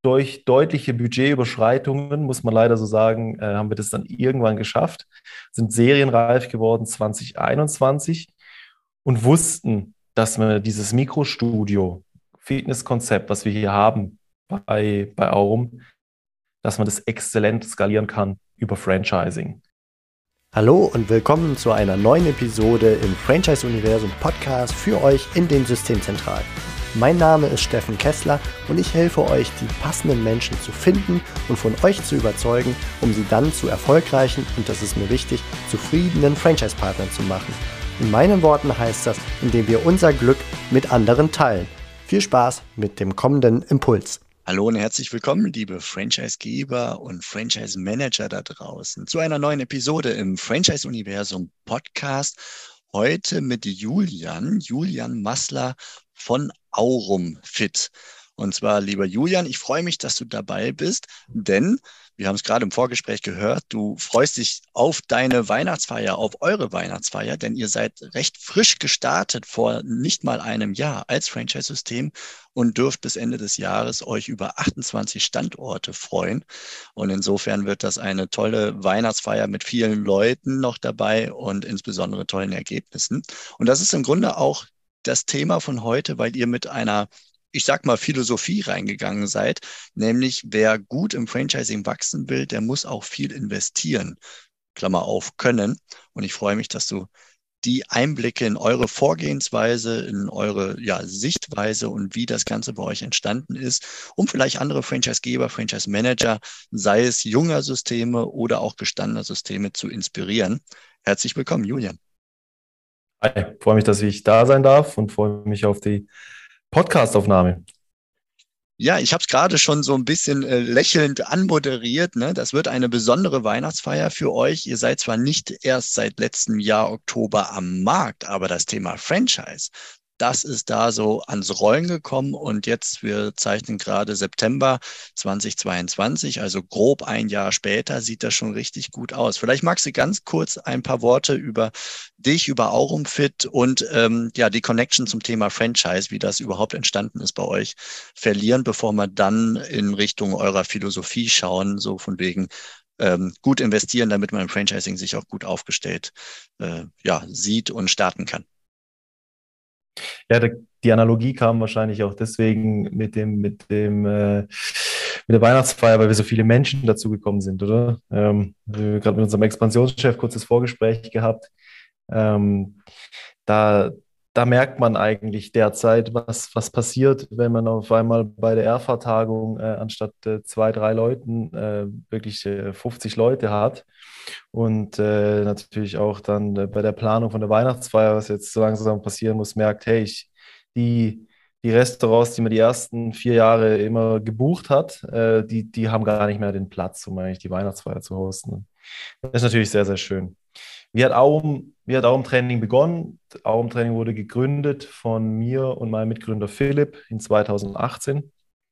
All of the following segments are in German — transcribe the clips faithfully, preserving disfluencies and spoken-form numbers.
durch deutliche Budgetüberschreitungen, muss man leider so sagen, äh, haben wir das dann irgendwann geschafft, sind serienreif geworden zwanzig einundzwanzig und wussten, dass wir dieses Mikrostudio, Fitnesskonzept, was wir hier haben bei, bei Aurum, dass man das exzellent skalieren kann über Franchising. Hallo und willkommen zu einer neuen Episode im Franchise-Universum Podcast für euch in den Systemzentralen. Mein Name ist Steffen Kessler und ich helfe euch, die passenden Menschen zu finden und von euch zu überzeugen, um sie dann zu erfolgreichen und, das ist mir wichtig, zufriedenen Franchise-Partnern zu machen. In meinen Worten heißt das, indem wir unser Glück mit anderen teilen. Viel Spaß mit dem kommenden Impuls. Hallo und herzlich willkommen, liebe Franchisegeber und Franchise-Manager da draußen, zu einer neuen Episode im Franchise-Universum Podcast. Heute mit Julian, Julian Massler von Aurum Fit. Und zwar, lieber Julian, ich freue mich, dass du dabei bist, denn wir haben es gerade im Vorgespräch gehört, du freust dich auf deine Weihnachtsfeier, auf eure Weihnachtsfeier, denn ihr seid recht frisch gestartet vor nicht mal einem Jahr als Franchise-System und dürft bis Ende des Jahres euch über achtundzwanzig Standorte freuen. Und insofern wird das eine tolle Weihnachtsfeier mit vielen Leuten noch dabei und insbesondere tollen Ergebnissen. Und das ist im Grunde auch das Thema von heute, weil ihr mit einer, ich sag mal, Philosophie reingegangen seid, nämlich wer gut im Franchising wachsen will, der muss auch viel investieren, Klammer auf, können. Und ich freue mich, dass du die Einblicke in eure Vorgehensweise, in eure ja, Sichtweise und wie das Ganze bei euch entstanden ist, um vielleicht andere Franchisegeber, Franchise-Manager, sei es junger Systeme oder auch gestandener Systeme zu inspirieren. Herzlich willkommen, Julian. Hi, ich freue mich, dass ich da sein darf und freue mich auf die Podcastaufnahme. Ja, ich habe es gerade schon so ein bisschen äh, lächelnd anmoderiert, ne? Das wird eine besondere Weihnachtsfeier für euch. Ihr seid zwar nicht erst seit letztem Jahr Oktober am Markt, aber das Thema Franchise, das ist da so ans Rollen gekommen und jetzt, wir zeichnen gerade September zweitausendzweiundzwanzig, also grob ein Jahr später, sieht das schon richtig gut aus. Vielleicht magst du ganz kurz ein paar Worte über dich, über Aurum Fit und ähm, ja, die Connection zum Thema Franchise, wie das überhaupt entstanden ist bei euch, verlieren, bevor wir dann in Richtung eurer Philosophie schauen, so von wegen ähm, gut investieren, damit man im Franchising sich auch gut aufgestellt äh, ja, sieht und starten kann. Ja, der, die Analogie kam wahrscheinlich auch deswegen mit dem, mit dem, äh, mit der Weihnachtsfeier, weil wir so viele Menschen dazugekommen sind, oder? Ähm, wir haben gerade mit unserem Expansionschef kurzes Vorgespräch gehabt. Ähm, da, da merkt man eigentlich derzeit, was, was passiert, wenn man auf einmal bei der R F A-Tagung äh, anstatt äh, zwei, drei Leuten äh, wirklich äh, fünfzig Leute hat. Und äh, natürlich auch dann äh, bei der Planung von der Weihnachtsfeier, was jetzt so langsam passieren muss, merkt, hey, ich, die, die Restaurants, die man die ersten vier Jahre immer gebucht hat, äh, die, die haben gar nicht mehr den Platz, um eigentlich die Weihnachtsfeier zu hosten. Das ist natürlich sehr, sehr schön. Wie hat Aurum, wie hat Aurum Training begonnen? Aurum Training wurde gegründet von mir und meinem Mitgründer Philipp in zweitausendachtzehn.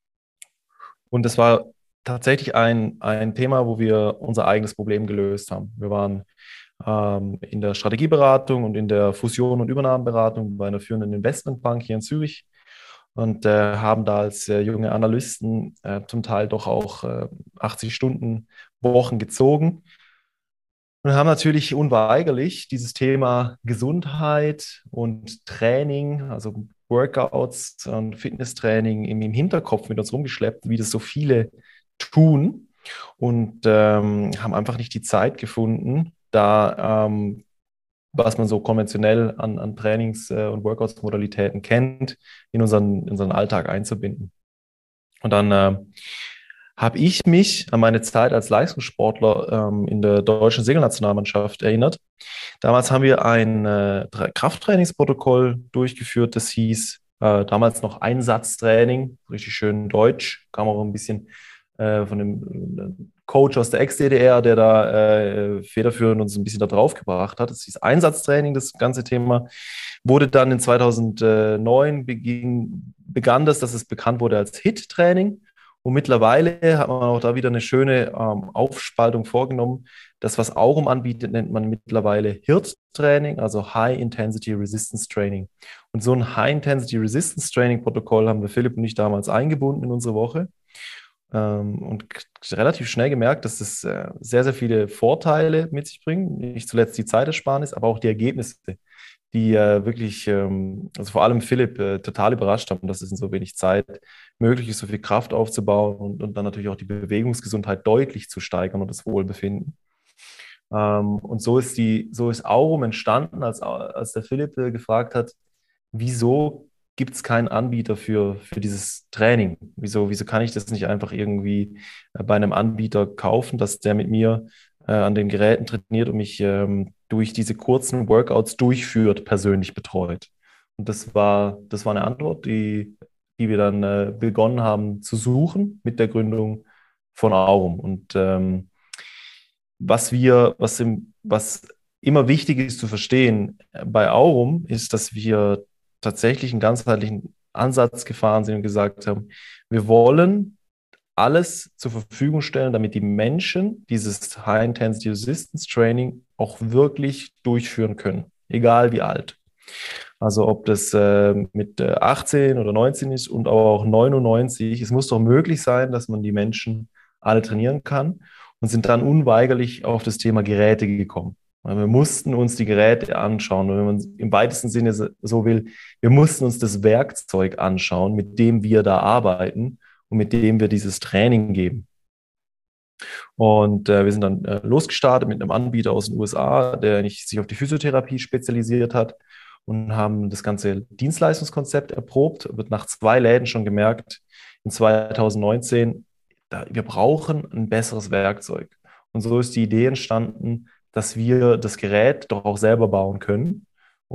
Und es war tatsächlich ein, ein Thema, wo wir unser eigenes Problem gelöst haben. Wir waren ähm, in der Strategieberatung und in der Fusion- und Übernahmeberatung bei einer führenden Investmentbank hier in Zürich und äh, haben da als äh, junge Analysten äh, zum Teil doch auch äh, achtzig Stunden Wochen gezogen und haben natürlich unweigerlich dieses Thema Gesundheit und Training, also Workouts und Fitnesstraining im, im Hinterkopf mit uns rumgeschleppt, wie das so viele tun und ähm, haben einfach nicht die Zeit gefunden, da ähm, was man so konventionell an, an Trainings- äh, und Workouts-Modalitäten kennt, in unseren, in unseren Alltag einzubinden. Und dann äh, habe ich mich an meine Zeit als Leistungssportler ähm, in der deutschen Segelnationalmannschaft erinnert. Damals haben wir ein äh, Krafttrainingsprotokoll durchgeführt, das hieß äh, damals noch Einsatztraining, richtig schön deutsch, kam auch ein bisschen äh, von dem Coach aus der Ex-D D R, der da äh, federführend uns ein bisschen da drauf gebracht hat. Das hieß Einsatztraining, das ganze Thema. Wurde dann in zweitausendneun beging, begann das, dass es bekannt wurde als H I I T-Training. Und mittlerweile hat man auch da wieder eine schöne ähm, Aufspaltung vorgenommen. Das, was Aurum anbietet, nennt man mittlerweile H I R T-Training, also High Intensity Resistance Training. Und so ein High Intensity Resistance Training Protokoll haben wir Philipp und ich damals eingebunden in unsere Woche. ähm, und k- relativ schnell gemerkt, dass es äh, sehr, sehr viele Vorteile mit sich bringt. Nicht zuletzt die Zeitersparnis, aber auch die Ergebnisse, die äh, wirklich, ähm, also vor allem Philipp, äh, total überrascht haben, dass es in so wenig Zeit möglich ist, so viel Kraft aufzubauen und, und dann natürlich auch die Bewegungsgesundheit deutlich zu steigern und das Wohlbefinden. Ähm, und so ist die, so ist Aurum entstanden, als, als der Philipp äh, gefragt hat, wieso gibt es keinen Anbieter für, für dieses Training? Wieso, wieso kann ich das nicht einfach irgendwie äh, bei einem Anbieter kaufen, dass der mit mir äh, an den Geräten trainiert und mich ähm, durch diese kurzen Workouts durchführt, persönlich betreut? Und das war, das war eine Antwort, die, die wir dann äh, begonnen haben zu suchen mit der Gründung von Aurum. Und ähm, was wir, was im, was immer wichtig ist zu verstehen äh, bei Aurum, ist, dass wir tatsächlich einen ganzheitlichen Ansatz gefahren sind und gesagt haben, wir wollen alles zur Verfügung stellen, damit die Menschen dieses High-Intensity Resistance Training auch wirklich durchführen können, egal wie alt. Also ob das äh, mit äh, achtzehn oder neunzehn ist und aber auch neunundneunzig. Es muss doch möglich sein, dass man die Menschen alle trainieren kann und sind dann unweigerlich auf das Thema Geräte gekommen. Weil wir mussten uns die Geräte anschauen. Und wenn man im weitesten Sinne so will, wir mussten uns das Werkzeug anschauen, mit dem wir da arbeiten und mit dem wir dieses Training geben. Und äh, wir sind dann äh, losgestartet mit einem Anbieter aus den U S A, der nicht sich auf die Physiotherapie spezialisiert hat und haben das ganze Dienstleistungskonzept erprobt. Wird nach zwei Läden schon gemerkt, in zwanzig neunzehn, da, wir brauchen ein besseres Werkzeug. Und so ist die Idee entstanden, dass wir das Gerät doch auch selber bauen können.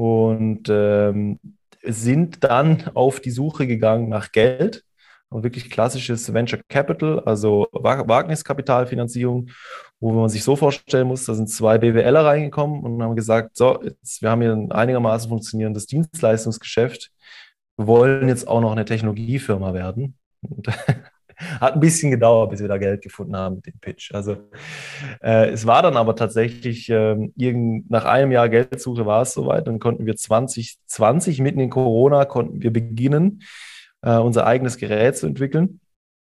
Und ähm, sind dann auf die Suche gegangen nach Geld, wirklich klassisches Venture Capital, also Wagniskapitalfinanzierung, wo man sich so vorstellen muss, da sind zwei BWLer reingekommen und haben gesagt, so, jetzt, wir haben hier ein einigermaßen funktionierendes Dienstleistungsgeschäft, wir wollen jetzt auch noch eine Technologiefirma werden. Und hat ein bisschen gedauert, bis wir da Geld gefunden haben mit dem Pitch. Also äh, es war dann aber tatsächlich, äh, irgend, nach einem Jahr Geldsuche war es soweit, dann konnten wir zwanzig zwanzig, mitten in Corona, konnten wir beginnen, äh, unser eigenes Gerät zu entwickeln.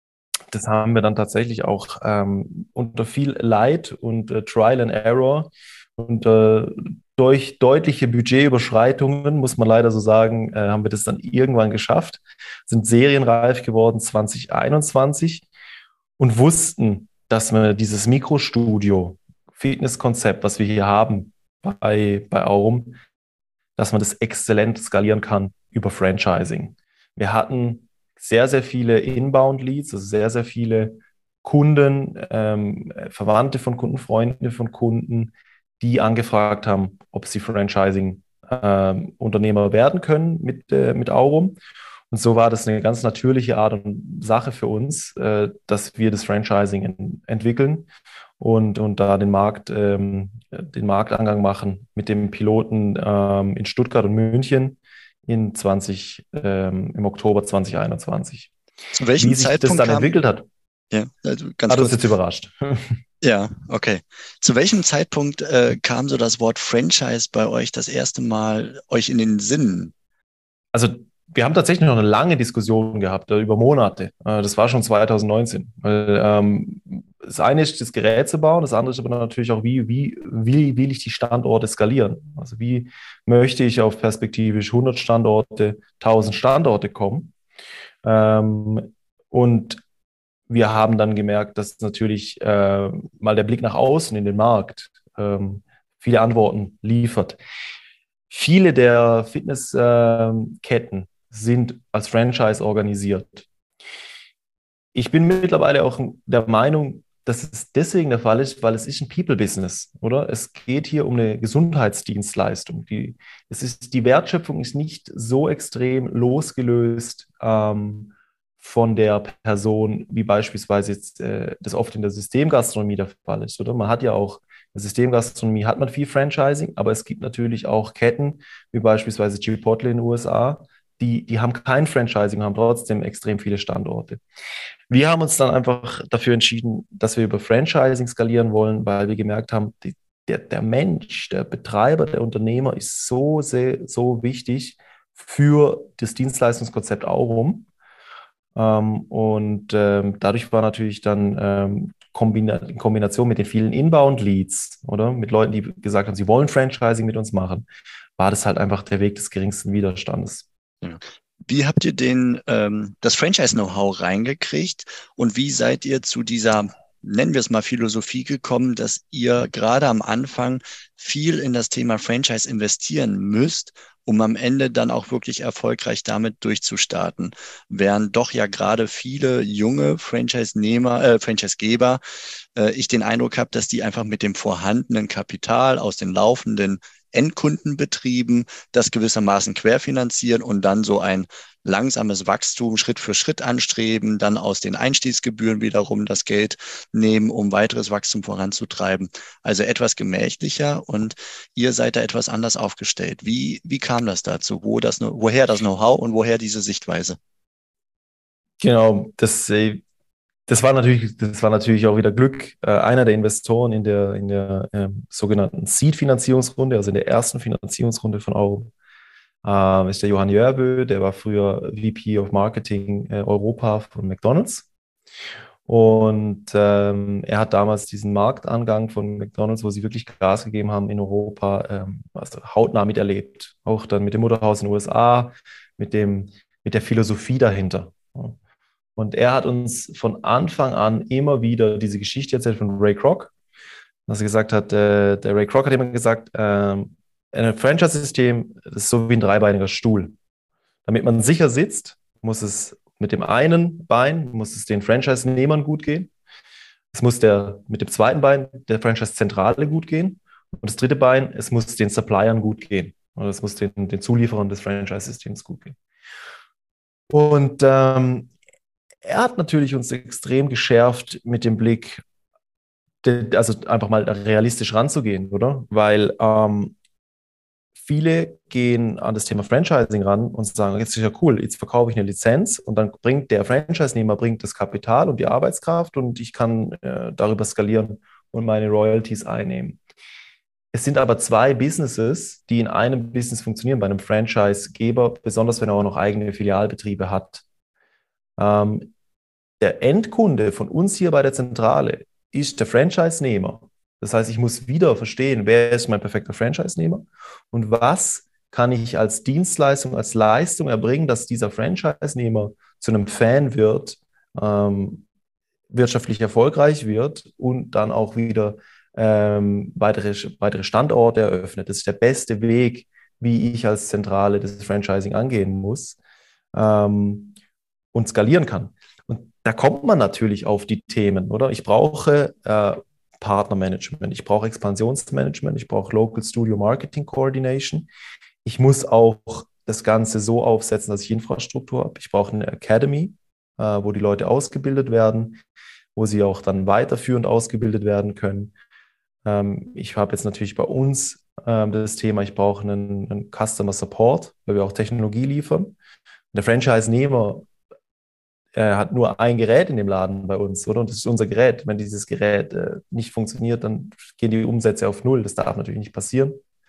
Das haben wir dann tatsächlich auch ähm, unter viel Leid und äh, Trial and Error und äh, durch deutliche Budgetüberschreitungen, muss man leider so sagen, äh, haben wir das dann irgendwann geschafft, sind serienreif geworden zwanzig einundzwanzig und wussten, dass wir dieses Mikrostudio, Fitnesskonzept, was wir hier haben bei, bei Aurum, dass man das exzellent skalieren kann über Franchising. Wir hatten sehr, sehr viele Inbound-Leads, also sehr, sehr viele Kunden, ähm, Verwandte von Kunden, Freunde von Kunden, die angefragt haben, ob sie Franchising-Unternehmer ähm, werden können mit, äh, mit Aurum. Und so war das eine ganz natürliche Art und Sache für uns, äh, dass wir das Franchising in, entwickeln und, und da den Markt, ähm, den Marktangang machen mit dem Piloten ähm, in Stuttgart und München in zwanzig, ähm, im Oktober zwanzig einundzwanzig. Zu welchem Wie sich das Zeitpunkt dann kam, entwickelt hat, ja, also ganz hat uns kurz. jetzt überrascht. Ja, okay. Zu welchem Zeitpunkt äh, kam so das Wort Franchise bei euch das erste Mal euch in den Sinn? Also wir haben tatsächlich noch eine lange Diskussion gehabt, äh, über Monate. Äh, das war schon zwanzig neunzehn. Weil, ähm, das eine ist, das Gerät zu bauen, das andere ist aber natürlich auch, wie, wie, wie will ich die Standorte skalieren? Also wie möchte ich auf perspektivisch hundert Standorte, tausend Standorte kommen? Ähm, und wir haben dann gemerkt, dass natürlich äh, mal der Blick nach außen in den Markt ähm, viele Antworten liefert. Viele der Fitnessketten sind als Franchise organisiert. Ich bin mittlerweile auch der Meinung, dass es deswegen der Fall ist, weil es ist ein People-Business, oder? Es geht hier um eine Gesundheitsdienstleistung. Die, es ist, die Wertschöpfung ist nicht so extrem losgelöst ähm, von der Person, wie beispielsweise jetzt äh, das oft in der Systemgastronomie der Fall ist, oder? Man hat ja auch, in der Systemgastronomie hat man viel Franchising, aber es gibt natürlich auch Ketten, wie beispielsweise Chipotle in den U S A, die, die haben kein Franchising, haben trotzdem extrem viele Standorte. Wir haben uns dann einfach dafür entschieden, dass wir über Franchising skalieren wollen, weil wir gemerkt haben, die, der, der Mensch, der Betreiber, der Unternehmer ist so, sehr, so wichtig für das Dienstleistungskonzept Aurum. Ähm, und ähm, dadurch war natürlich dann ähm, kombina in Kombination mit den vielen Inbound-Leads, oder mit Leuten, die gesagt haben, sie wollen Franchising mit uns machen, war das halt einfach der Weg des geringsten Widerstandes. Ja. Wie habt ihr den, ähm, das Franchise-Know-how reingekriegt und wie seid ihr zu dieser, nennen wir es mal, Philosophie gekommen, dass ihr gerade am Anfang viel in das Thema Franchise investieren müsst, um am Ende dann auch wirklich erfolgreich damit durchzustarten? Während doch ja gerade viele junge Franchise-Nehmer, äh, Franchise-Geber, äh, ich den Eindruck habe, dass die einfach mit dem vorhandenen Kapital aus den laufenden Endkundenbetrieben das gewissermaßen querfinanzieren und dann so ein langsames Wachstum Schritt für Schritt anstreben, dann aus den Einstiegsgebühren wiederum das Geld nehmen, um weiteres Wachstum voranzutreiben. Also etwas gemächlicher und ihr seid da etwas anders aufgestellt. Wie, wie kam das dazu? Wo das, woher das Know-how und woher diese Sichtweise? Genau, das, äh, das war natürlich, das war natürlich auch wieder Glück. Äh, einer der Investoren in der, in der ähm, sogenannten Seed-Finanzierungsrunde, also in der ersten Finanzierungsrunde von Euro, ähm, ist der Johann Jörbö, der war früher V P of Marketing äh, Europa von McDonald's. Und ähm, er hat damals diesen Marktangang von McDonald's, wo sie wirklich Gas gegeben haben in Europa, ähm, also hautnah miterlebt. Auch dann mit dem Mutterhaus in den U S A, mit dem, mit der Philosophie dahinter. Und er hat uns von Anfang an immer wieder diese Geschichte erzählt von Ray Kroc, dass er gesagt hat, äh, der Ray Kroc hat immer gesagt, ähm, ein Franchise-System ist so wie ein dreibeiniger Stuhl. Damit man sicher sitzt, muss es mit dem einen Bein, muss es den Franchise-Nehmern gut gehen. Es muss der, mit dem zweiten Bein der Franchise-Zentrale gut gehen. Und das dritte Bein, es muss den Suppliern gut gehen. Oder es muss den, den Zulieferern des Franchise-Systems gut gehen. Und ähm, er hat natürlich uns extrem geschärft mit dem Blick, also einfach mal realistisch ranzugehen, oder? Weil ähm, viele gehen an das Thema Franchising ran und sagen, jetzt ist ja cool, jetzt verkaufe ich eine Lizenz und dann bringt der Franchise-Nehmer bringt das Kapital und die Arbeitskraft und ich kann äh, darüber skalieren und meine Royalties einnehmen. Es sind aber zwei Businesses, die in einem Business funktionieren, bei einem Franchise-Geber, besonders wenn er auch noch eigene Filialbetriebe hat. Ähm, der Endkunde von uns hier bei der Zentrale ist der Franchise-Nehmer. Das heißt, ich muss wieder verstehen, wer ist mein perfekter Franchise-Nehmer und was kann ich als Dienstleistung, als Leistung erbringen, dass dieser Franchise-Nehmer zu einem Fan wird, ähm, wirtschaftlich erfolgreich wird und dann auch wieder ähm, weitere, weitere Standorte eröffnet. Das ist der beste Weg, wie ich als Zentrale das Franchising angehen muss ähm, und skalieren kann. Und da kommt man natürlich auf die Themen, oder? Ich brauche äh, Partnermanagement, ich brauche Expansionsmanagement, ich brauche Local Studio Marketing Coordination. Ich muss auch das Ganze so aufsetzen, dass ich Infrastruktur habe. Ich brauche eine Academy, äh, wo die Leute ausgebildet werden, wo sie auch dann weiterführend ausgebildet werden können. Ähm, ich habe jetzt natürlich bei uns ähm, das Thema, ich brauche einen, einen Customer Support, weil wir auch Technologie liefern. Der Franchise-Nehmer er hat nur ein Gerät in dem Laden bei uns, oder? Und das ist unser Gerät. Wenn dieses Gerät äh, nicht funktioniert, dann gehen die Umsätze auf Null. Das darf natürlich nicht passieren.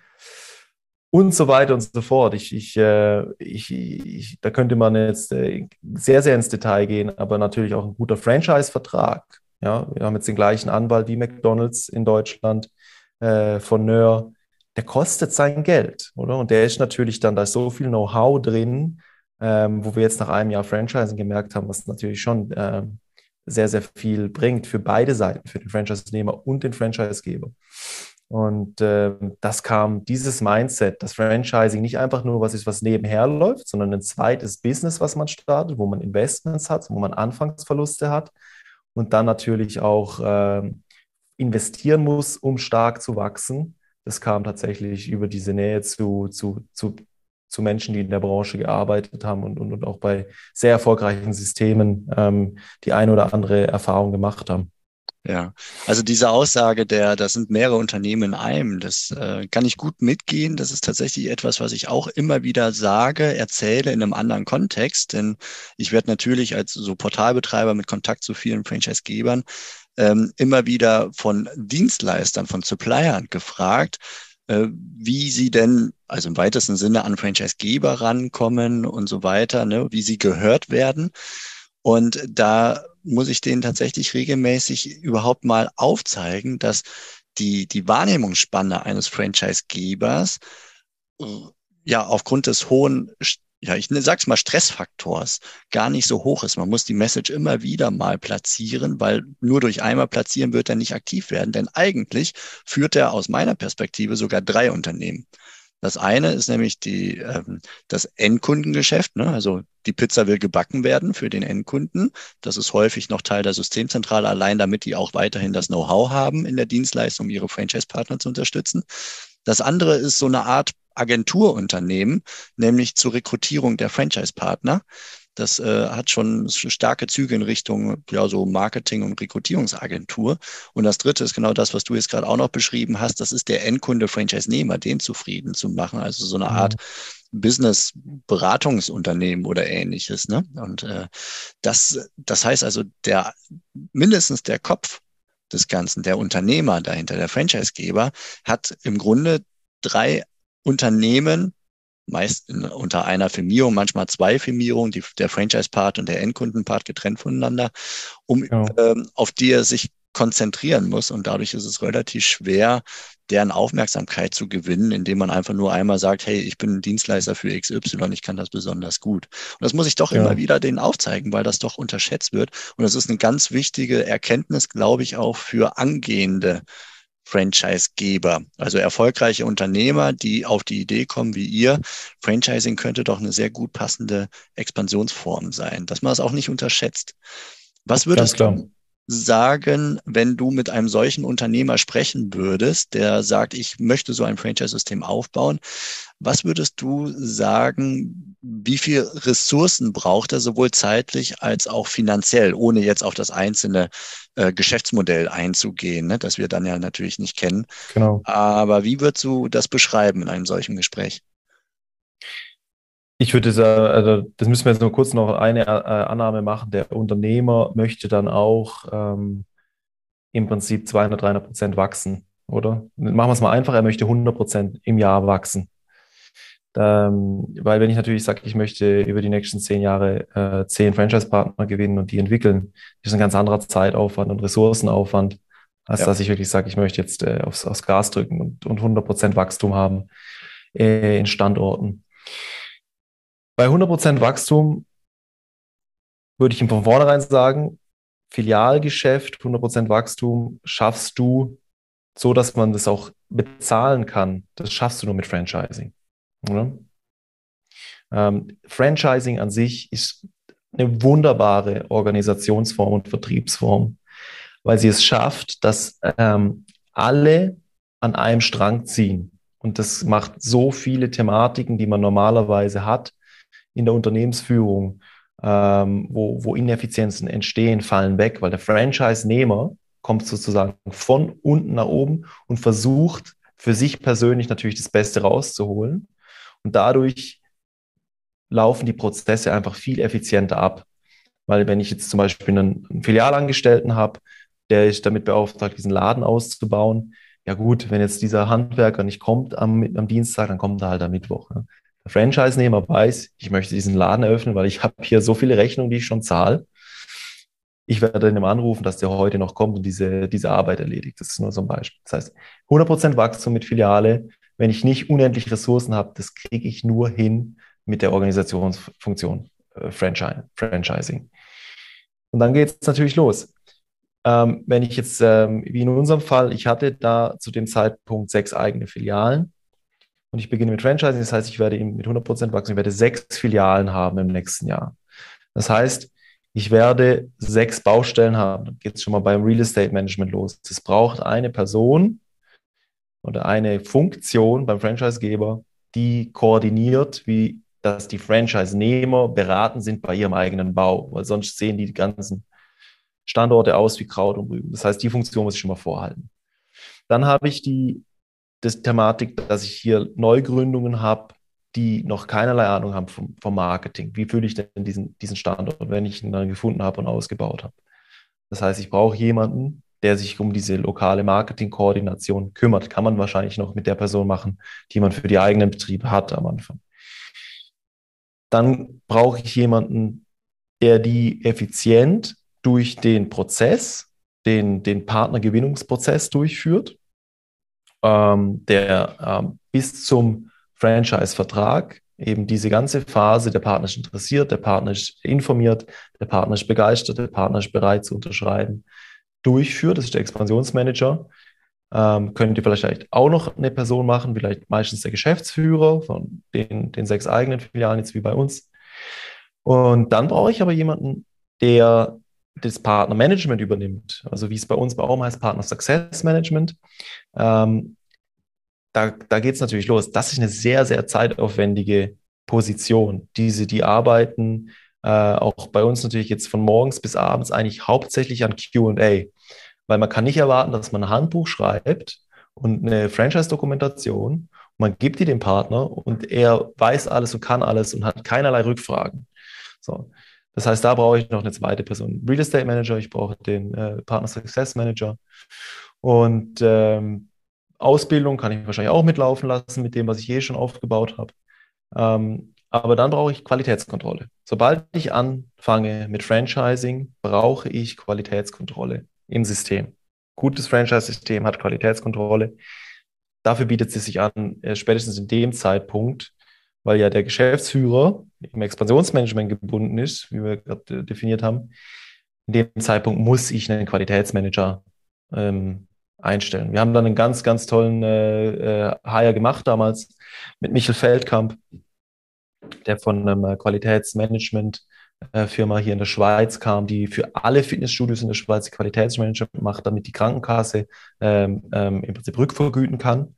Und so weiter und so fort. Ich, ich, äh, ich, ich, da könnte man jetzt äh, sehr, sehr ins Detail gehen, aber natürlich auch ein guter Franchise-Vertrag. Ja? Wir haben jetzt den gleichen Anwalt wie McDonald's in Deutschland, äh, von Nöhr. Der kostet sein Geld, oder? Und der ist natürlich dann, da ist so viel Know-how drin, Ähm, wo wir jetzt nach einem Jahr Franchising gemerkt haben, was natürlich schon ähm, sehr, sehr viel bringt für beide Seiten, für den Franchise-Nehmer und den Franchise-Geber. Und ähm, das kam, dieses Mindset, dass Franchising nicht einfach nur was ist, was nebenher läuft, sondern ein zweites Business, was man startet, wo man Investments hat, wo man Anfangsverluste hat und dann natürlich auch ähm, investieren muss, um stark zu wachsen. Das kam tatsächlich über diese Nähe zu, zu, zu zu Menschen, die in der Branche gearbeitet haben und, und, und auch bei sehr erfolgreichen Systemen ähm, die eine oder andere Erfahrung gemacht haben. Ja, also diese Aussage der, das sind mehrere Unternehmen in einem, das äh, kann ich gut mitgehen. Das ist tatsächlich etwas, was ich auch immer wieder sage, erzähle in einem anderen Kontext, denn ich werde natürlich als so Portalbetreiber mit Kontakt zu vielen Franchise-Gebern ähm, immer wieder von Dienstleistern, von Suppliern gefragt, äh, wie sie denn, also im weitesten Sinne an Franchise-Geber rankommen und so weiter, ne, wie sie gehört werden. Und da muss ich denen tatsächlich regelmäßig überhaupt mal aufzeigen, dass die, die Wahrnehmungsspanne eines Franchisegebers äh, ja aufgrund des hohen, ja, ich sag's mal, Stressfaktors gar nicht so hoch ist. Man muss die Message immer wieder mal platzieren, weil nur durch einmal platzieren wird er nicht aktiv werden. Denn eigentlich führt er aus meiner Perspektive sogar drei Unternehmen. Das eine ist nämlich die, ähm, das Endkundengeschäft, ne? Also die Pizza will gebacken werden für den Endkunden. Das ist häufig noch Teil der Systemzentrale, allein damit die auch weiterhin das Know-how haben in der Dienstleistung, um ihre Franchise-Partner zu unterstützen. Das andere ist so eine Art Agenturunternehmen, nämlich zur Rekrutierung der Franchise-Partner. Das äh, hat schon starke Züge in Richtung ja so Marketing- und Rekrutierungsagentur. Und das dritte ist genau das, was du jetzt gerade auch noch beschrieben hast. Das ist der Endkunde Franchise-Nehmer, den zufrieden zu machen. Also so eine Art Business-Beratungsunternehmen oder ähnliches. Ne? Und äh, das, das heißt also, der mindestens der Kopf des Ganzen, der Unternehmer dahinter, der Franchisegeber, hat im Grunde drei Unternehmen, meist in, unter einer Firmierung, manchmal zwei Firmierungen, die, der Franchise-Part und der Endkunden-Part getrennt voneinander, um, Ja. ähm, auf die er sich konzentrieren muss. Und dadurch ist es relativ schwer, deren Aufmerksamkeit zu gewinnen, indem man einfach nur einmal sagt, hey, ich bin ein Dienstleister für X Y, ich kann das besonders gut. Und das muss ich doch immer Ja. wieder denen aufzeigen, weil das doch unterschätzt wird. Und das ist eine ganz wichtige Erkenntnis, glaube ich, auch für angehende Franchisegeber, also erfolgreiche Unternehmer, die auf die Idee kommen wie ihr, Franchising könnte doch eine sehr gut passende Expansionsform sein, dass man es auch nicht unterschätzt. Was Ganz würdest klar. du sagen, wenn du mit einem solchen Unternehmer sprechen würdest, der sagt, ich möchte so ein Franchise-System aufbauen? Was würdest du sagen, wie viel Ressourcen braucht er, sowohl zeitlich als auch finanziell, ohne jetzt auf das einzelne äh, Geschäftsmodell einzugehen, ne, das wir dann ja natürlich nicht kennen? Genau. Aber wie würdest du das beschreiben in einem solchen Gespräch? Ich würde sagen, also das müssen wir jetzt nur kurz noch eine äh, Annahme machen. Der Unternehmer möchte dann auch ähm, im Prinzip zweihundert, dreihundert Prozent wachsen, oder? Machen wir es mal einfach, er möchte hundert Prozent im Jahr wachsen. Ähm, weil wenn ich natürlich sage, ich möchte über die nächsten zehn Jahre äh, zehn Franchise-Partner gewinnen und die entwickeln, das ist ein ganz anderer Zeitaufwand und Ressourcenaufwand, als Ja, dass ich wirklich sage, ich möchte jetzt äh, aufs, aufs Gas drücken und, und hundert Prozent Wachstum haben äh, in Standorten. Bei hundert Prozent Wachstum würde ich ihm von vornherein sagen, Filialgeschäft, hundert Prozent Wachstum schaffst du so, dass man das auch bezahlen kann. Das schaffst du nur mit Franchising. Oder? Ähm, Franchising an sich ist eine wunderbare Organisationsform und Vertriebsform, weil sie es schafft, dass ähm, alle an einem Strang ziehen. Und das macht so viele Thematiken, die man normalerweise hat in der Unternehmensführung, ähm, wo, wo Ineffizienzen entstehen, fallen weg, weil der Franchise-Nehmer kommt sozusagen von unten nach oben und versucht für sich persönlich natürlich das Beste rauszuholen. Und dadurch laufen die Prozesse einfach viel effizienter ab. Weil wenn ich jetzt zum Beispiel einen, einen Filialangestellten habe, der ist damit beauftragt, diesen Laden auszubauen, ja gut, wenn jetzt dieser Handwerker nicht kommt am, am Dienstag, dann kommt er halt am Mittwoch. Ne? Der Franchise-Nehmer weiß, ich möchte diesen Laden eröffnen, weil ich habe hier so viele Rechnungen, die ich schon zahle. Ich werde ihm anrufen, dass der heute noch kommt und diese, diese Arbeit erledigt. Das ist nur so ein Beispiel. Das heißt, hundert Prozent Wachstum mit Filiale, wenn ich nicht unendlich Ressourcen habe, das kriege ich nur hin mit der Organisationsfunktion äh, Franchise, Franchising. Und dann geht es natürlich los. Ähm, wenn ich jetzt, ähm, wie in unserem Fall, ich hatte da zu dem Zeitpunkt sechs eigene Filialen und ich beginne mit Franchising, das heißt, ich werde mit hundert Prozent wachsen, ich werde sechs Filialen haben im nächsten Jahr. Das heißt, ich werde sechs Baustellen haben. Dann geht es schon mal beim Real Estate Management los. Es braucht eine Person oder eine Funktion beim Franchisegeber, die koordiniert, wie dass die Franchise-Nehmer beraten sind bei ihrem eigenen Bau, weil sonst sehen die ganzen Standorte aus wie Kraut und Rüben. Das heißt, die Funktion muss ich schon mal vorhalten. Dann habe ich die das Thematik, dass ich hier Neugründungen habe, die noch keinerlei Ahnung haben vom, vom Marketing. Wie fühle ich denn diesen, diesen Standort, wenn ich ihn dann gefunden habe und ausgebaut habe? Das heißt, ich brauche jemanden, der sich um diese lokale Marketingkoordination kümmert. Kann man wahrscheinlich noch mit der Person machen, die man für die eigenen Betriebe hat am Anfang. Dann brauche ich jemanden, der die effizient durch den Prozess, den, den Partnergewinnungsprozess durchführt, ähm, der ähm, bis zum Franchise-Vertrag eben diese ganze Phase, der Partner ist interessiert, der Partner ist informiert, der Partner ist begeistert, der Partner ist bereit zu unterschreiben, durchführt. Das ist der Expansionsmanager. Ähm, könnt ihr vielleicht auch noch eine Person machen, vielleicht meistens der Geschäftsführer von den, den sechs eigenen Filialen, jetzt wie bei uns. Und dann brauche ich aber jemanden, der das Partnermanagement übernimmt. Also wie es bei uns bei Aum heißt, Partner Success Management. Ähm, da da geht es natürlich los. Das ist eine sehr, sehr zeitaufwendige Position. Diese, die arbeiten äh, auch bei uns natürlich jetzt von morgens bis abends eigentlich hauptsächlich an Q und A. Weil man kann nicht erwarten, dass man ein Handbuch schreibt und eine Franchise-Dokumentation. Man gibt die dem Partner und er weiß alles und kann alles und hat keinerlei Rückfragen. So. Das heißt, da brauche ich noch eine zweite Person. Real Estate Manager, ich brauche den äh, Partner Success Manager. Und ähm, Ausbildung kann ich wahrscheinlich auch mitlaufen lassen mit dem, was ich eh schon aufgebaut habe. Ähm, aber dann brauche ich Qualitätskontrolle. Sobald ich anfange mit Franchising, brauche ich Qualitätskontrolle im System. Gutes Franchise-System hat Qualitätskontrolle. Dafür bietet es sich an, äh, spätestens in dem Zeitpunkt, weil ja der Geschäftsführer im Expansionsmanagement gebunden ist, wie wir gerade definiert haben. In dem Zeitpunkt muss ich einen Qualitätsmanager ähm, einstellen. Wir haben dann einen ganz, ganz tollen äh, äh, Hire gemacht damals mit Michel Feldkamp, der von einer Qualitätsmanagement-Firma hier in der Schweiz kam, die für alle Fitnessstudios in der Schweiz die Qualitätsmanagement macht, damit die Krankenkasse ähm, ähm, im Prinzip rückvergüten kann.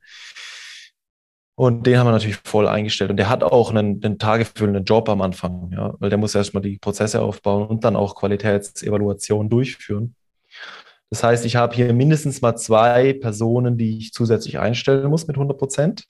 Und den haben wir natürlich voll eingestellt. Und der hat auch einen, einen tagefüllenden Job am Anfang, ja, weil der muss erstmal die Prozesse aufbauen und dann auch Qualitätsevaluation durchführen. Das heißt, ich habe hier mindestens mal zwei Personen, die ich zusätzlich einstellen muss mit hundert Prozent.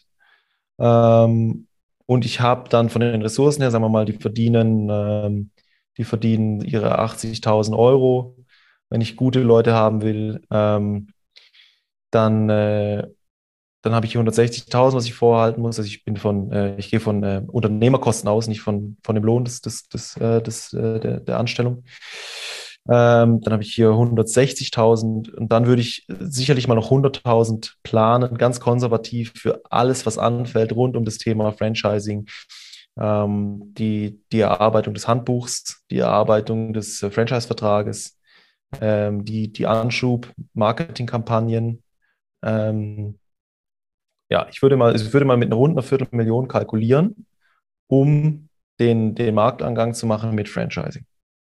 Ähm, und ich habe dann von den Ressourcen her, sagen wir mal, die verdienen, ähm, die verdienen ihre achtzigtausend Euro. Wenn ich gute Leute haben will, ähm, dann, äh, dann habe ich hier hundertsechzigtausend, was ich vorhalten muss. Also ich bin von, äh, ich gehe von äh, Unternehmerkosten aus, nicht von, von dem Lohn des, des, des, äh, des, äh, der, der Anstellung. Ähm, dann habe ich hier hundertsechzigtausend und dann würde ich sicherlich mal noch hunderttausend planen, ganz konservativ für alles, was anfällt rund um das Thema Franchising. Ähm, die, die Erarbeitung des Handbuchs, die Erarbeitung des äh, Franchise-Vertrages, ähm, die, die Anschub-Marketing-Kampagnen. Ähm, ja, ich würde mal, ich würde mal mit einer runden Viertelmillion kalkulieren, um den, den Marktangang zu machen mit Franchising.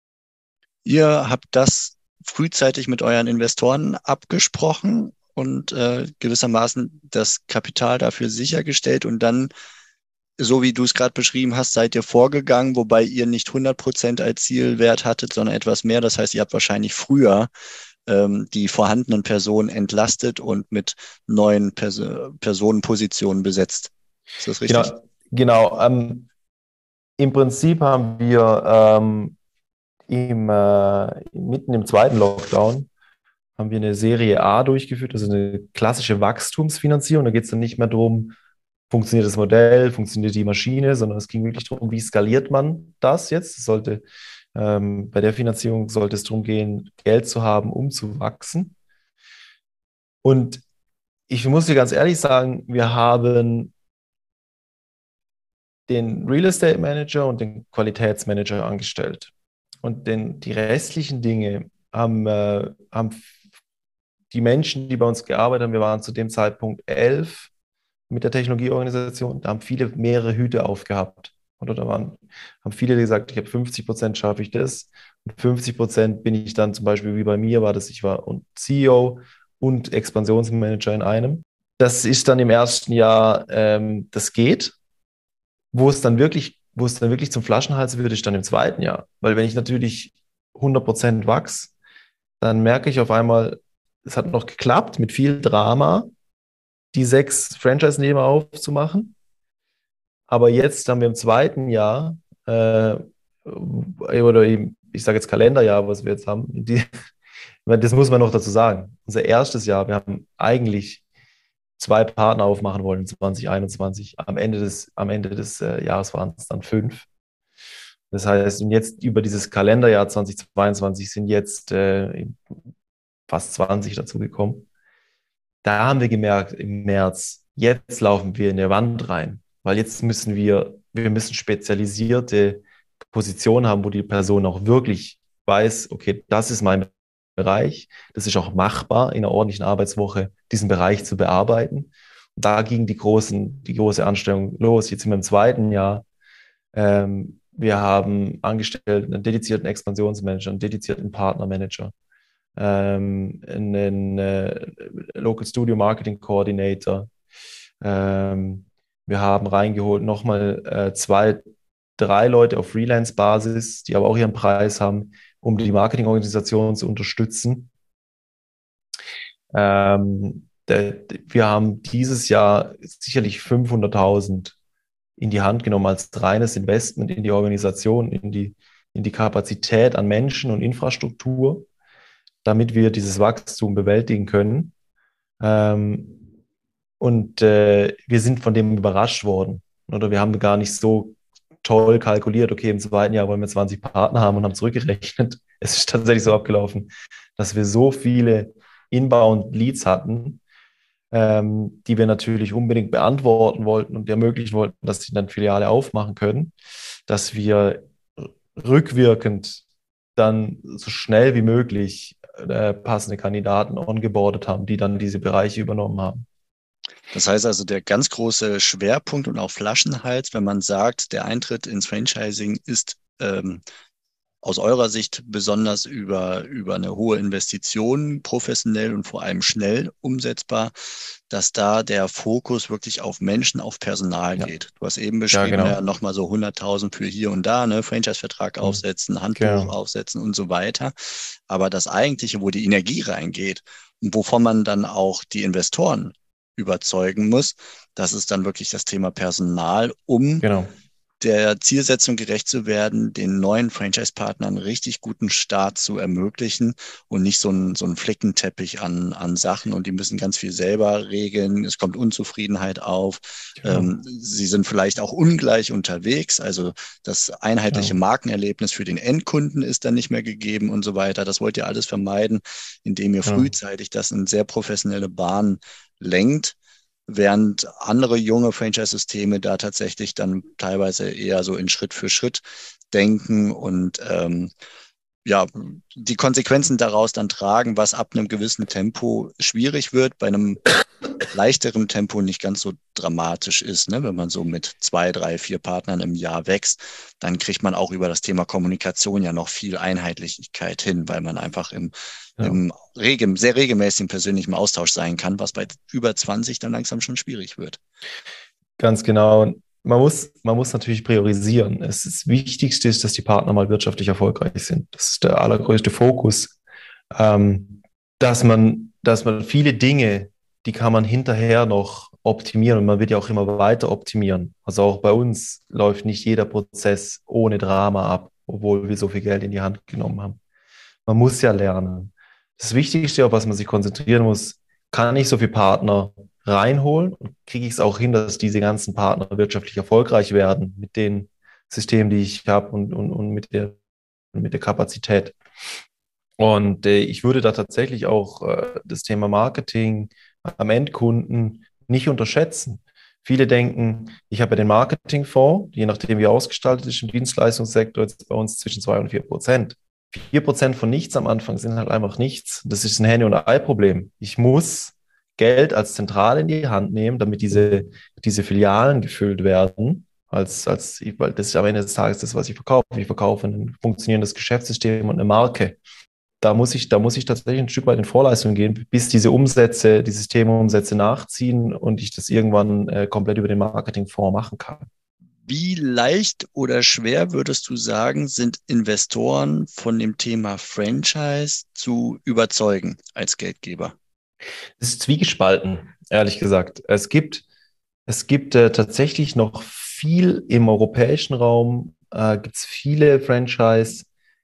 Ihr habt das frühzeitig mit euren Investoren abgesprochen und äh, gewissermaßen das Kapital dafür sichergestellt und dann, so wie du es gerade beschrieben hast, seid ihr vorgegangen, wobei ihr nicht hundert Prozent als Zielwert hattet, sondern etwas mehr. Das heißt, ihr habt wahrscheinlich früher ähm, die vorhandenen Personen entlastet und mit neuen Pers Personenpositionen besetzt. Ist das richtig? Genau, genau. Ähm, im Prinzip haben wir ähm, im, äh, mitten im zweiten Lockdown haben wir eine Serie A durchgeführt, also eine klassische Wachstumsfinanzierung. Da geht es dann nicht mehr darum, funktioniert das Modell, funktioniert die Maschine, sondern es ging wirklich darum, wie skaliert man das jetzt. Es sollte, ähm, bei der Finanzierung sollte es darum gehen, Geld zu haben, um zu wachsen. Und ich muss dir ganz ehrlich sagen, wir haben den Real Estate Manager und den Qualitätsmanager angestellt. Und den, die restlichen Dinge haben, äh, haben die Menschen, die bei uns gearbeitet haben, wir waren zu dem Zeitpunkt elf mit der Technologieorganisation, da haben viele mehrere Hüte aufgehabt. Oder da waren, haben viele gesagt, ich habe fünfzig Prozent schaffe ich das. Und fünfzig Prozent bin ich dann zum Beispiel, wie bei mir war das, ich war C E O und Expansionsmanager in einem. Das ist dann im ersten Jahr, ähm, das geht. Wo es dann wirklich, wo es dann wirklich zum Flaschenhals wird, ist dann im zweiten Jahr. Weil wenn ich natürlich hundert Prozent wachse, dann merke ich auf einmal, es hat noch geklappt mit viel Drama, die sechs Franchise-Nehmer aufzumachen. Aber jetzt haben wir im zweiten Jahr, äh, oder eben, ich sage jetzt Kalenderjahr, was wir jetzt haben, die, das muss man noch dazu sagen. Unser erstes Jahr, wir haben eigentlich zwei Partner aufmachen wollen in zwanzig einundzwanzig. Am Ende des, am Ende des äh, Jahres waren es dann fünf. Das heißt, und jetzt über dieses Kalenderjahr zweitausendzweiundzwanzig sind jetzt äh, fast zwanzig dazugekommen. Da haben wir gemerkt im März, jetzt laufen wir in eine Wand rein, weil jetzt müssen wir, wir müssen spezialisierte Positionen haben, wo die Person auch wirklich weiß, okay, das ist mein Bereich, das ist auch machbar in einer ordentlichen Arbeitswoche, diesen Bereich zu bearbeiten. Und da ging die großen, die große Anstellung los. Jetzt sind wir im zweiten Jahr. Ähm, wir haben angestellt einen dedizierten Expansionsmanager, einen dedizierten Partnermanager, ähm, einen äh, Local Studio Marketing Coordinator. Ähm, wir haben reingeholt nochmal äh, zwei, drei Leute auf Freelance-Basis, die aber auch ihren Preis haben, um die Marketingorganisation zu unterstützen. Ähm, der, wir haben dieses Jahr sicherlich fünfhunderttausend in die Hand genommen als reines Investment in die Organisation, in die, in die Kapazität an Menschen und Infrastruktur, damit wir dieses Wachstum bewältigen können. Ähm, und äh, wir sind von dem überrascht worden. Oder wir haben gar nicht so toll kalkuliert, okay, im zweiten Jahr wollen wir zwanzig Partner haben und haben zurückgerechnet. Es ist tatsächlich so abgelaufen, dass wir so viele Inbound-Leads hatten, ähm, die wir natürlich unbedingt beantworten wollten und ermöglichen wollten, dass sie dann Filiale aufmachen können, dass wir rückwirkend dann so schnell wie möglich äh, passende Kandidaten ongeboardet haben, die dann diese Bereiche übernommen haben. Das heißt also, der ganz große Schwerpunkt und auch Flaschenhals, wenn man sagt, der Eintritt ins Franchising ist ähm, aus eurer Sicht besonders über, über eine hohe Investition, professionell und vor allem schnell umsetzbar, dass da der Fokus wirklich auf Menschen, auf Personal Ja. geht. Du hast eben beschrieben, Ja, genau. ja, nochmal so hunderttausend für hier und da, ne, Franchise-Vertrag Mhm. aufsetzen, Handbuch Genau. aufsetzen und so weiter. Aber das Eigentliche, wo die Energie reingeht und wovon man dann auch die Investoren überzeugen muss, das ist dann wirklich das Thema Personal, um Genau. der Zielsetzung gerecht zu werden, den neuen Franchise-Partnern einen richtig guten Start zu ermöglichen und nicht so ein, so ein Flickenteppich an, an Sachen und die müssen ganz viel selber regeln. Es kommt Unzufriedenheit auf. Genau. Ähm, sie sind vielleicht auch ungleich unterwegs. Also das einheitliche Genau. Markenerlebnis für den Endkunden ist dann nicht mehr gegeben und so weiter. Das wollt ihr alles vermeiden, indem ihr Genau. frühzeitig das in sehr professionelle Bahnen lenkt, während andere junge Franchise-Systeme da tatsächlich dann teilweise eher so in Schritt für Schritt denken und ähm, ja, die Konsequenzen daraus dann tragen, was ab einem gewissen Tempo schwierig wird, bei einem leichteren Tempo nicht ganz so dramatisch ist. Ne? Wenn man so mit zwei, drei, vier Partnern im Jahr wächst, dann kriegt man auch über das Thema Kommunikation ja noch viel Einheitlichkeit hin, weil man einfach im, Ja. im regel, sehr regelmäßigen persönlichen Austausch sein kann, was bei über zwanzig dann langsam schon schwierig wird. Ganz genau. Man muss, man muss natürlich priorisieren. Es ist, das Wichtigste ist, dass die Partner mal wirtschaftlich erfolgreich sind. Das ist der allergrößte Fokus. Ähm, dass man, dass man viele Dinge, die kann man hinterher noch optimieren und man wird ja auch immer weiter optimieren. Also auch bei uns läuft nicht jeder Prozess ohne Drama ab, obwohl wir so viel Geld in die Hand genommen haben. Man muss ja lernen. Das Wichtigste, auf was man sich konzentrieren muss, kann ich so viele Partner reinholen und kriege ich es auch hin, dass diese ganzen Partner wirtschaftlich erfolgreich werden mit den Systemen, die ich habe und, und, und mit der, mit der Kapazität. Und äh, ich würde da tatsächlich auch äh, das Thema Marketing am Endkunden nicht unterschätzen. Viele denken, ich habe ja den Marketingfonds, je nachdem wie ausgestaltet ist im Dienstleistungssektor, jetzt bei uns zwischen zwei und vier Prozent. Vier Prozent von nichts am Anfang sind halt einfach nichts. Das ist ein Henne- und Ei-Problem. Ich muss Geld als Zentrale in die Hand nehmen, damit diese, diese Filialen gefüllt werden. Als, als, weil das ist am Ende des Tages das, was ich verkaufe. Ich verkaufe ein funktionierendes Geschäftssystem und eine Marke. Da muss ich, da muss ich tatsächlich ein Stück weit in Vorleistung gehen, bis diese Umsätze, die Systemumsätze nachziehen und ich das irgendwann äh, komplett über den Marketingfonds machen kann. Wie leicht oder schwer würdest du sagen, sind Investoren von dem Thema Franchise zu überzeugen als Geldgeber? Es ist zwiegespalten, ehrlich gesagt. Es gibt, es gibt äh, tatsächlich noch viel im europäischen Raum, äh, gibt es viele Franchise,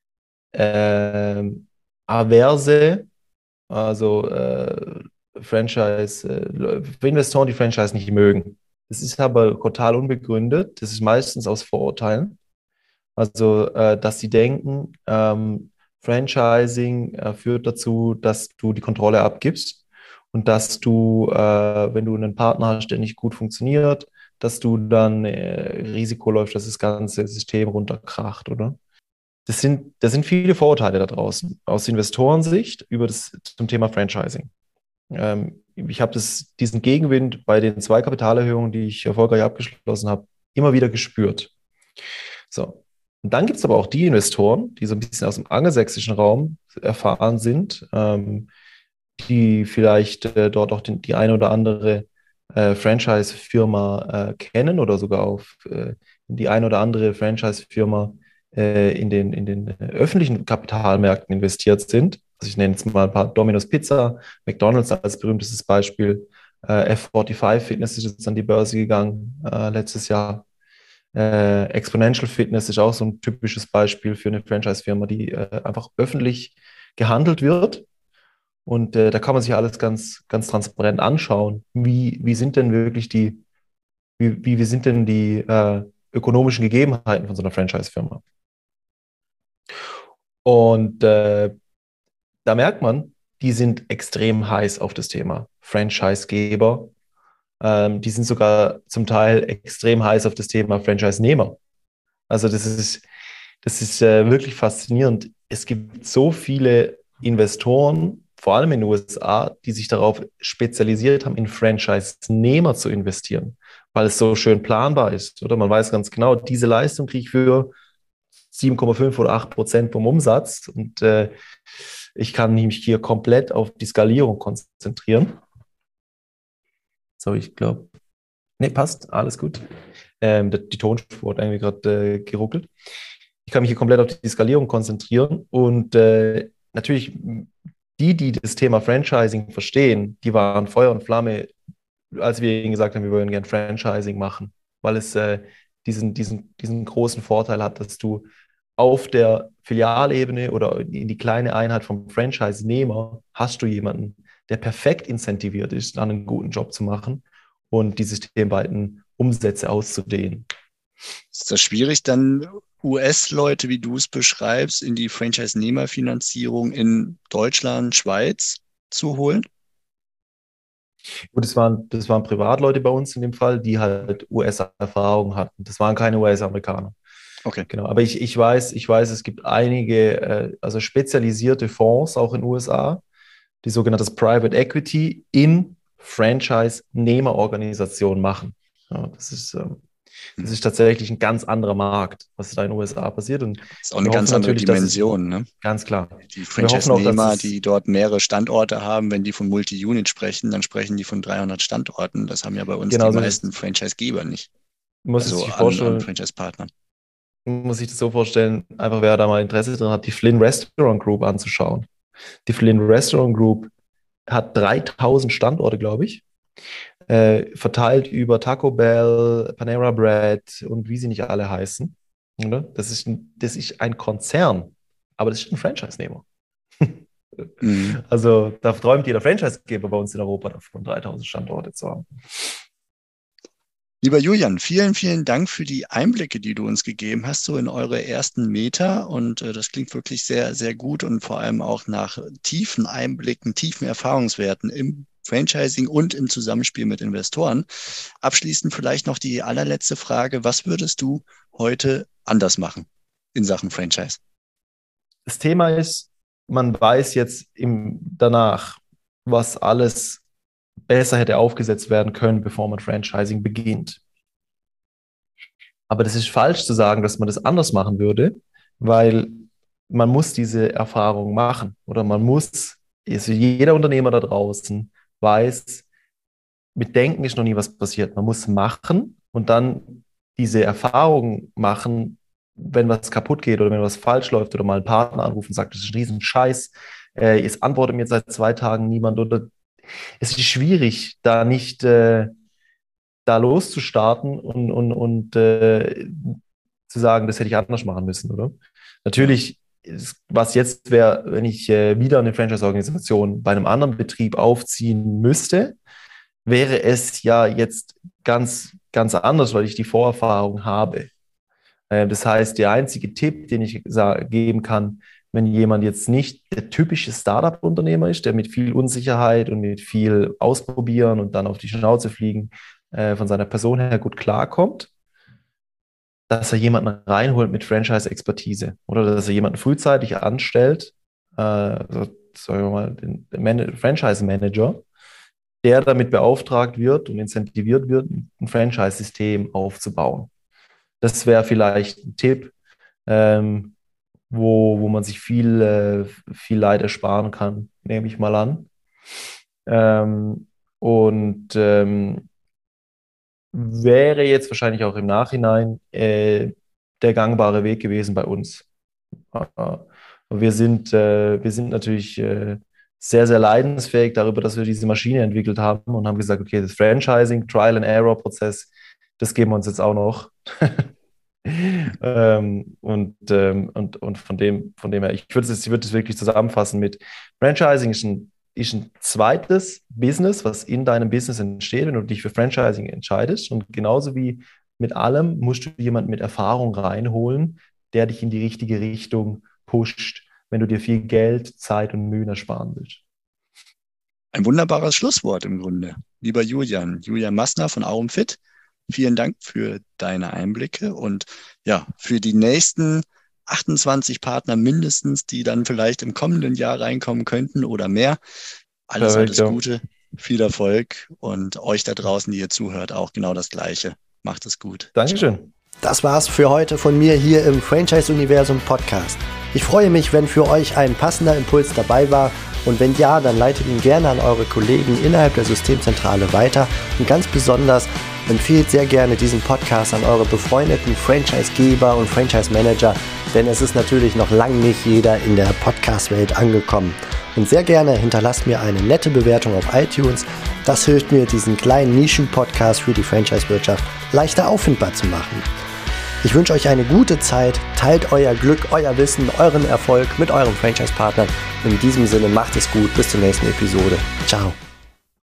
äh, Averse, also äh, Franchise, äh, für Investoren, die Franchise nicht mögen. Das ist aber total unbegründet. Das ist meistens aus Vorurteilen. Also, äh, dass sie denken, ähm, Franchising äh, führt dazu, dass du die Kontrolle abgibst und dass du, äh, wenn du einen Partner hast, der nicht gut funktioniert, dass du dann äh, Risiko läufst, dass das ganze System runterkracht, oder? Das sind, das sind viele Vorurteile da draußen aus Investorensicht über das zum Thema Franchising. Ähm, ich habe das, diesen Gegenwind bei den zwei Kapitalerhöhungen, die ich erfolgreich abgeschlossen habe, immer wieder gespürt. So. Und dann gibt es aber auch die Investoren, die so ein bisschen aus dem angelsächsischen Raum erfahren sind, ähm, die vielleicht äh, dort auch den, die eine oder andere äh, Franchise-Firma äh, kennen oder sogar auf äh, die eine oder andere Franchise-Firma äh, in den, in den äh, öffentlichen Kapitalmärkten investiert sind. Also ich nenne jetzt mal ein paar: Domino's Pizza, McDonald's als berühmtestes Beispiel. Äh, F fünfundvierzig Fitness ist jetzt an die Börse gegangen äh, letztes Jahr. Äh, Exponential Fitness ist auch so ein typisches Beispiel für eine Franchise-Firma, die äh, einfach öffentlich gehandelt wird. Und äh, da kann man sich alles ganz, ganz transparent anschauen. Wie, wie sind denn wirklich die, wie, wie, wie sind denn die äh, ökonomischen Gegebenheiten von so einer Franchise-Firma? Und äh, da merkt man, die sind extrem heiß auf das Thema Franchise-Geber. Ähm, die sind sogar zum Teil extrem heiß auf das Thema Franchise-Nehmer. Also das ist, das ist äh, wirklich faszinierend. Es gibt so viele Investoren, vor allem in den U S A, die sich darauf spezialisiert haben, in Franchise-Nehmer zu investieren, weil es so schön planbar ist. Oder man weiß ganz genau, diese Leistung kriege ich für sieben Komma fünf oder acht Prozent vom Umsatz und äh, ich kann mich hier komplett auf die Skalierung konzentrieren. So, ich glaube, nee, passt, alles gut. Ähm, die, die Tonspur hat irgendwie gerade äh, geruckelt. Ich kann mich hier komplett auf die Skalierung konzentrieren und äh, natürlich die, die das Thema Franchising verstehen, die waren Feuer und Flamme, als wir ihnen gesagt haben, wir wollen gern Franchising machen, weil es äh, diesen, diesen, diesen großen Vorteil hat, dass du auf der Filialebene oder in die kleine Einheit vom Franchise-Nehmer hast du jemanden, der perfekt incentiviert ist, dann einen guten Job zu machen und die systemweiten Umsätze auszudehnen. Ist das schwierig, dann U S-Leute, wie du es beschreibst, in die Franchise-Nehmer-Finanzierung in Deutschland, Schweiz zu holen? Und das waren, das waren Privatleute bei uns in dem Fall, die halt U S-Erfahrung hatten. Das waren keine U S-Amerikaner. Okay. Genau. Aber ich, ich weiß, ich weiß, es gibt einige, äh, also spezialisierte Fonds auch in den U S A, die sogenanntes Private Equity in Franchise-Nehmerorganisationen machen. Ja, das ist, ähm, das ist tatsächlich ein ganz anderer Markt, was da in den U S A passiert. Und Das ist auch eine wir ganz hoffen andere natürlich, dass es, Dimension, ne? ganz klar. Die Wir hoffen auch, dass Franchise-Nehmer, es, die dort mehrere Standorte haben, wenn die von Multi-Unit sprechen, dann sprechen die von dreihundert Standorten. Das haben ja bei uns die genau so meisten ist, Franchise-Geber nicht. muss es Also sich an, an vorstellen, Franchise-Partnern. muss ich das so vorstellen, einfach wer da mal Interesse dran hat, die Flynn Restaurant Group anzuschauen. Die Flynn Restaurant Group hat dreitausend Standorte, glaube ich, äh, verteilt über Taco Bell, Panera Bread und wie sie nicht alle heißen. Oder? Das ist ein, das ist ein Konzern, aber das ist ein Franchise-Nehmer. Mhm. Also da träumt jeder Franchise-Geber bei uns in Europa davon, dreitausend Standorte zu haben. Lieber Julian, vielen, vielen Dank für die Einblicke, die du uns gegeben hast, so in eure ersten Meter. Und äh, das klingt wirklich sehr, sehr gut und vor allem auch nach tiefen Einblicken, tiefen Erfahrungswerten im Franchising und im Zusammenspiel mit Investoren. Abschließend vielleicht noch die allerletzte Frage. Was würdest du heute anders machen in Sachen Franchise? Das Thema ist, man weiß jetzt im, danach, was alles besser hätte aufgesetzt werden können, bevor man Franchising beginnt. Aber das ist falsch zu sagen, dass man das anders machen würde, weil man muss diese Erfahrung machen oder man muss, also jeder Unternehmer da draußen weiß, mit Denken ist noch nie was passiert. Man muss machen und dann diese Erfahrung machen, wenn was kaputt geht oder wenn was falsch läuft oder mal einen Partner anruft und sagt, das ist ein Riesenscheiß, äh, es antwortet mir jetzt seit zwei Tagen niemand oder es ist schwierig, da nicht äh, da loszustarten und, und, und äh, zu sagen, das hätte ich anders machen müssen, oder? Natürlich, ist, was jetzt wäre, wenn ich äh, wieder eine Franchise-Organisation bei einem anderen Betrieb aufziehen müsste, wäre es ja jetzt ganz, ganz anders, weil ich die Vorerfahrung habe. Das heißt, der einzige Tipp, den ich geben kann, wenn jemand jetzt nicht der typische Startup-Unternehmer ist, der mit viel Unsicherheit und mit viel Ausprobieren und dann auf die Schnauze fliegen äh, von seiner Person her gut klarkommt, dass er jemanden reinholt mit Franchise-Expertise oder dass er jemanden frühzeitig anstellt, äh, also, sagen wir mal, den, den Franchise-Manager, der damit beauftragt wird und incentiviert wird, ein Franchise-System aufzubauen. Das wäre vielleicht ein Tipp, ähm, Wo, wo man sich viel, äh, viel Leid ersparen kann, nehme ich mal an. Ähm, und ähm, wäre jetzt wahrscheinlich auch im Nachhinein äh, der gangbare Weg gewesen bei uns. Äh, wir sind, äh, wir sind natürlich äh, sehr, sehr leidensfähig darüber, dass wir diese Maschine entwickelt haben und haben gesagt, okay, das Franchising, Trial-and-Error-Prozess, das geben wir uns jetzt auch noch. ähm, und, ähm, und, und von dem, von dem her, ich würde es, ich würde es wirklich zusammenfassen mit Franchising ist ein, ist ein zweites Business, was in deinem Business entsteht, wenn du dich für Franchising entscheidest. Und genauso wie mit allem musst du jemanden mit Erfahrung reinholen, der dich in die richtige Richtung pusht, wenn du dir viel Geld, Zeit und Mühen ersparen willst. Ein wunderbares Schlusswort im Grunde. Lieber Julian, Julian Massner von AurumFit, vielen Dank für deine Einblicke und ja, für die nächsten achtundzwanzig Partner mindestens, die dann vielleicht im kommenden Jahr reinkommen könnten oder mehr. Alles, Perfekt, alles ja. Gute, viel Erfolg und euch da draußen, die ihr zuhört, auch genau das Gleiche. Macht es gut. Dankeschön. Ciao. Das war's für heute von mir hier im Franchise-Universum Podcast. Ich freue mich, wenn für euch ein passender Impuls dabei war und wenn ja, dann leitet ihn gerne an eure Kollegen innerhalb der Systemzentrale weiter und ganz besonders empfehlt sehr gerne diesen Podcast an eure befreundeten Franchise-Geber und Franchise-Manager, denn es ist natürlich noch lange nicht jeder in der Podcast-Welt angekommen. Und sehr gerne hinterlasst mir eine nette Bewertung auf iTunes. Das hilft mir, diesen kleinen Nischen-Podcast für die Franchise-Wirtschaft leichter auffindbar zu machen. Ich wünsche euch eine gute Zeit, teilt euer Glück, euer Wissen, euren Erfolg mit euren Franchise-Partnern. In diesem Sinne macht es gut, bis zur nächsten Episode. Ciao.